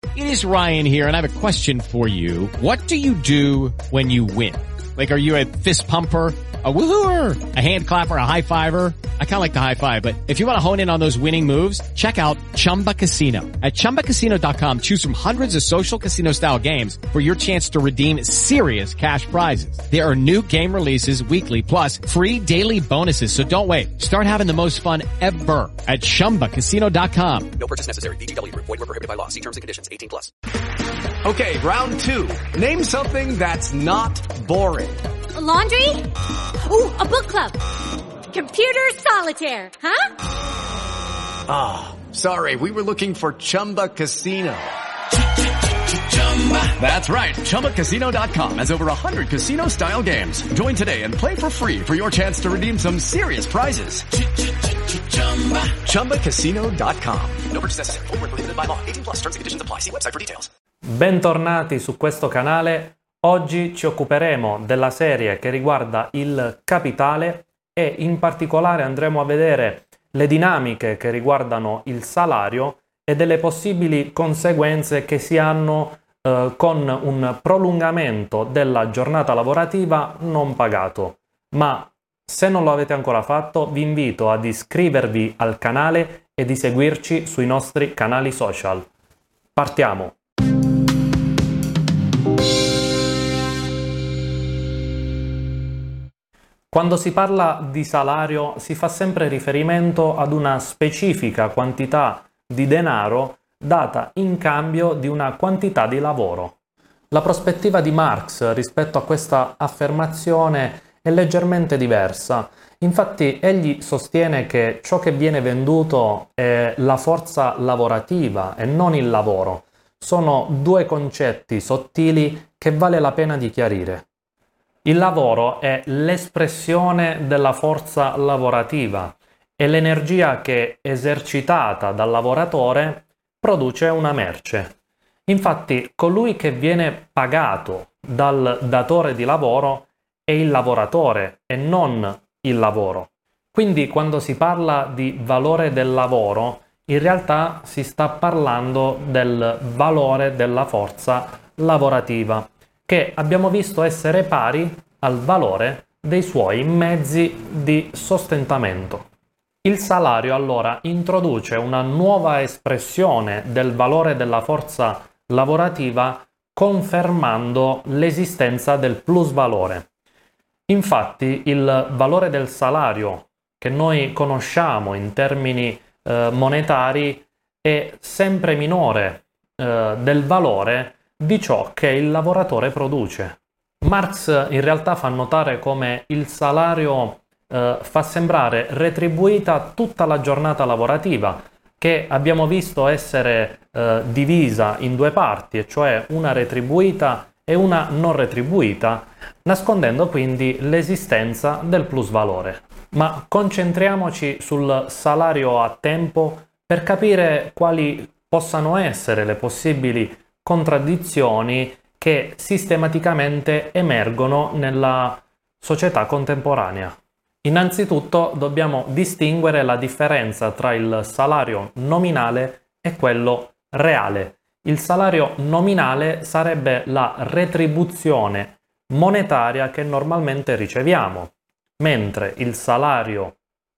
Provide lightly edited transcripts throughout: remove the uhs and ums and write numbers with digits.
It is Ryan here, and I have a question for you. What do you do when you win? Like, are you a fist pumper, a woohooer, a hand clapper, a high fiver? I kind of like the high five, but if you want to hone in on those winning moves, check out Chumba Casino. At ChumbaCasino.com, choose from hundreds of social casino style games for your chance to redeem serious cash prizes. There are new game releases weekly, plus free daily bonuses. So don't wait. Start having the most fun ever at ChumbaCasino.com. No purchase necessary. VGW Group. Void where prohibited by law. See terms and conditions. 18 plus. Okay, round two. Name something that's not boring. A laundry? Ooh, a book club. Computer solitaire, huh? Ah, sorry, we were looking for Chumba Casino. That's right, ChumbaCasino.com has over 100 casino-style games. Join today and play for free for your chance to redeem some serious prizes. ChumbaCasino.com. No purchase necessary. Void where prohibited by law. 18 plus. Terms and conditions apply. See website for details. Bentornati su questo canale. Oggi ci occuperemo della serie che riguarda il capitale e in particolare andremo a vedere le dinamiche che riguardano il salario e delle possibili conseguenze che si hanno con un prolungamento della giornata lavorativa non pagato. Ma se non lo avete ancora fatto, vi invito ad iscrivervi al canale e di seguirci sui nostri canali social. Partiamo! Quando si parla di salario si fa sempre riferimento ad una specifica quantità di denaro data in cambio di una quantità di lavoro. La prospettiva di Marx rispetto a questa affermazione è leggermente diversa. Infatti egli sostiene che ciò che viene venduto è la forza lavorativa e non il lavoro. Sono due concetti sottili che vale la pena di chiarire. Il lavoro è l'espressione della forza lavorativa e l'energia che, esercitata dal lavoratore, produce una merce. Infatti, colui che viene pagato dal datore di lavoro è il lavoratore e non il lavoro. Quindi, quando si parla di valore del lavoro, in realtà si sta parlando del valore della forza lavorativa, che abbiamo visto essere pari al valore dei suoi mezzi di sostentamento. Il salario allora introduce una nuova espressione del valore della forza lavorativa, confermando l'esistenza del plusvalore. Infatti il valore del salario che noi conosciamo in termini monetari è sempre minore del valore di ciò che il lavoratore produce. Marx in realtà fa notare come il salario fa sembrare retribuita tutta la giornata lavorativa, che abbiamo visto essere divisa in due parti, e cioè una retribuita e una non retribuita, nascondendo quindi l'esistenza del plusvalore. Ma concentriamoci sul salario a tempo per capire quali possano essere le possibili contraddizioni che sistematicamente emergono nella società contemporanea. Innanzitutto dobbiamo distinguere la differenza tra il salario nominale e quello reale. Il salario nominale sarebbe la retribuzione monetaria che normalmente riceviamo, mentre il salario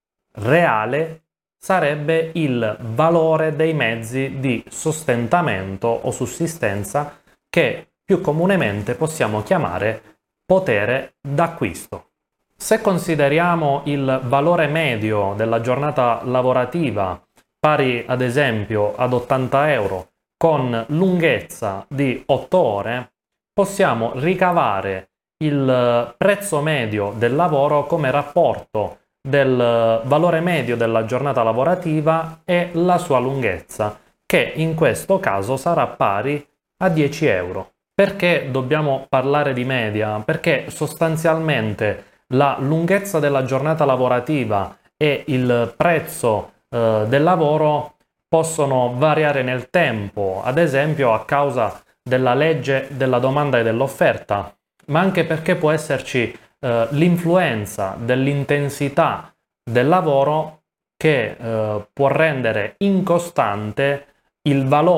reale sarebbe il valore dei mezzi di sostentamento o sussistenza che più comunemente possiamo chiamare potere d'acquisto. Se consideriamo il valore medio della giornata lavorativa, pari ad esempio ad 80 euro, con lunghezza di 8 ore, possiamo ricavare il prezzo medio del lavoro come rapporto del valore medio della giornata lavorativa e la sua lunghezza, che in questo caso sarà pari a 10 euro. Perché dobbiamo parlare di media? Perché sostanzialmente la lunghezza della giornata lavorativa e il prezzo del lavoro possono variare nel tempo, ad esempio a causa della legge della domanda e dell'offerta, ma anche perché può esserci l'influenza dell'intensità del lavoro che può rendere incostante il valore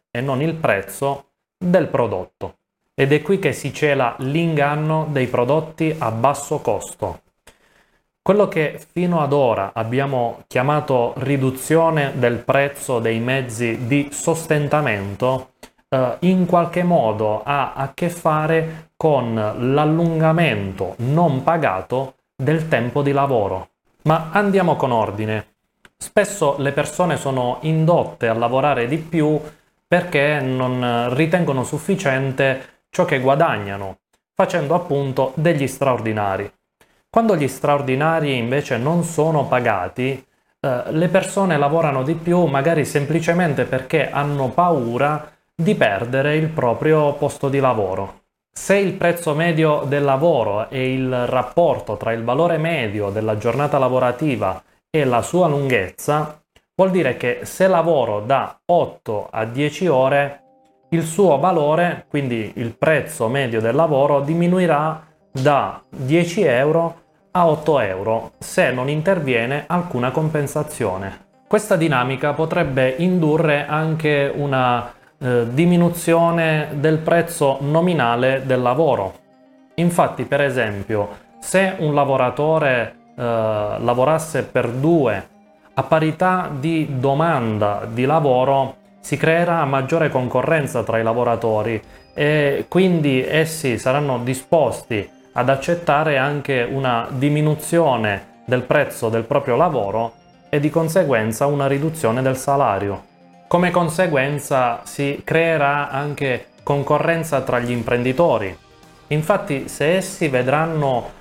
e non il prezzo del prodotto. Ed è qui che si cela l'inganno dei prodotti a basso costo. Quello che fino ad ora abbiamo chiamato riduzione del prezzo dei mezzi di sostentamento in qualche modo ha a che fare con l'allungamento non pagato del tempo di lavoro. Ma andiamo con ordine. Spesso le persone sono indotte a lavorare di più perché non ritengono sufficiente ciò che guadagnano, facendo appunto degli straordinari. Quando gli straordinari invece non sono pagati, le persone lavorano di più magari semplicemente perché hanno paura di perdere il proprio posto di lavoro. Se il prezzo medio del lavoro e il rapporto tra il valore medio della giornata lavorativa e la sua lunghezza, vuol dire che se lavoro da 8 a 10 ore, il suo valore, quindi il prezzo medio del lavoro, diminuirà da 10 euro a 8 euro se non interviene alcuna compensazione. Questa dinamica potrebbe indurre anche una diminuzione del prezzo nominale del lavoro. Infatti, per esempio, se un lavoratore lavorasse per 2, a parità di domanda di lavoro si creerà maggiore concorrenza tra i lavoratori e quindi essi saranno disposti ad accettare anche una diminuzione del prezzo del proprio lavoro e di conseguenza una riduzione del salario. Come conseguenza si creerà anche concorrenza tra gli imprenditori. Infatti, se essi vedranno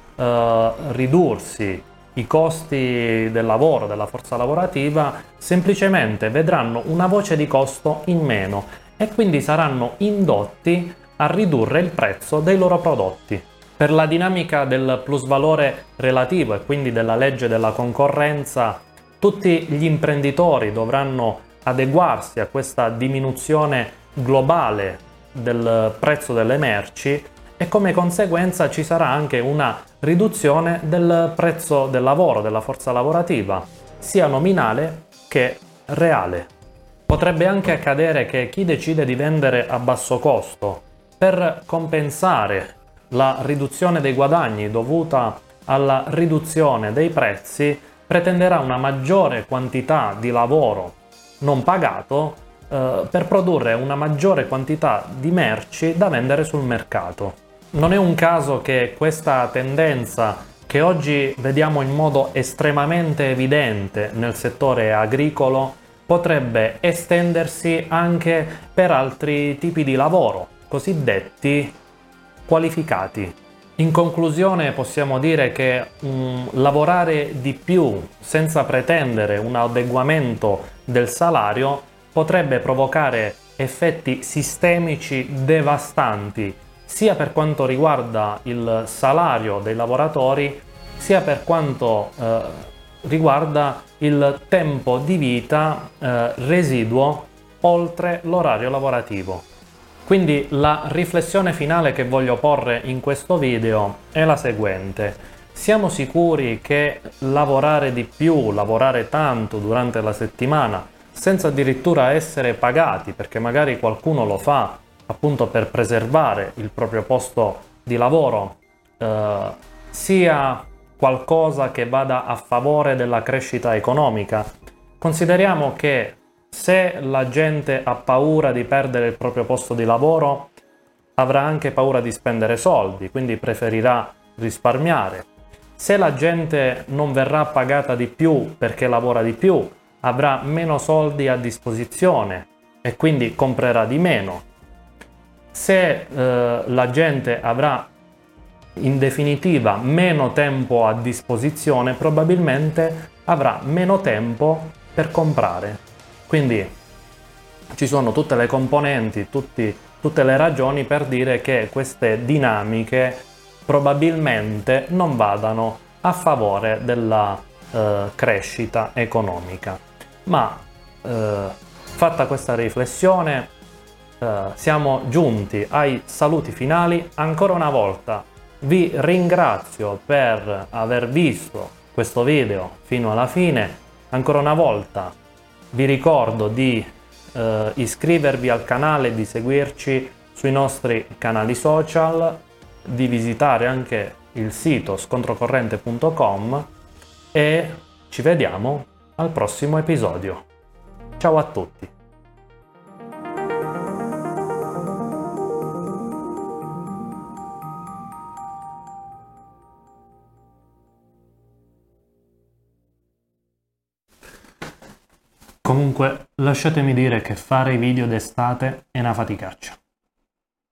ridursi i costi del lavoro, della forza lavorativa, semplicemente vedranno una voce di costo in meno e quindi saranno indotti a ridurre il prezzo dei loro prodotti. Per la dinamica del plusvalore relativo e quindi della legge della concorrenza, tutti gli imprenditori dovranno adeguarsi a questa diminuzione globale del prezzo delle merci e come conseguenza ci sarà anche una riduzione del prezzo del lavoro, della forza lavorativa, sia nominale che reale. Potrebbe anche accadere che chi decide di vendere a basso costo per compensare la riduzione dei guadagni dovuta alla riduzione dei prezzi pretenderà una maggiore quantità di lavoro non pagato per produrre una maggiore quantità di merci da vendere sul mercato. Non è un caso che questa tendenza, che oggi vediamo in modo estremamente evidente nel settore agricolo, potrebbe estendersi anche per altri tipi di lavoro, cosiddetti qualificati. In conclusione possiamo dire che lavorare di più senza pretendere un adeguamento del salario potrebbe provocare effetti sistemici devastanti sia per quanto riguarda il salario dei lavoratori sia per quanto riguarda il tempo di vita residuo oltre l'orario lavorativo. Quindi la riflessione finale che voglio porre in questo video è la seguente. Siamo sicuri che lavorare di più, lavorare tanto durante la settimana, senza addirittura essere pagati, perché magari qualcuno lo fa appunto per preservare il proprio posto di lavoro, sia qualcosa che vada a favore della crescita economica? Consideriamo che se la gente ha paura di perdere il proprio posto di lavoro, avrà anche paura di spendere soldi, quindi preferirà risparmiare. Se la gente non verrà pagata di più perché lavora di più, avrà meno soldi a disposizione e quindi comprerà di meno. Se la gente avrà in definitiva meno tempo a disposizione, probabilmente avrà meno tempo per comprare. Quindi ci sono tutte le componenti, tutte le ragioni per dire che queste dinamiche probabilmente non vadano a favore della crescita economica. Ma fatta questa riflessione siamo giunti ai saluti finali. Ancora una volta vi ringrazio per aver visto questo video fino alla fine. Ancora una volta vi ricordo di iscrivervi al canale, di seguirci sui nostri canali social, di visitare anche il sito scontrocorrente.com e ci vediamo al prossimo episodio. Ciao a tutti! Comunque, lasciatemi dire che fare i video d'estate è una faticaccia.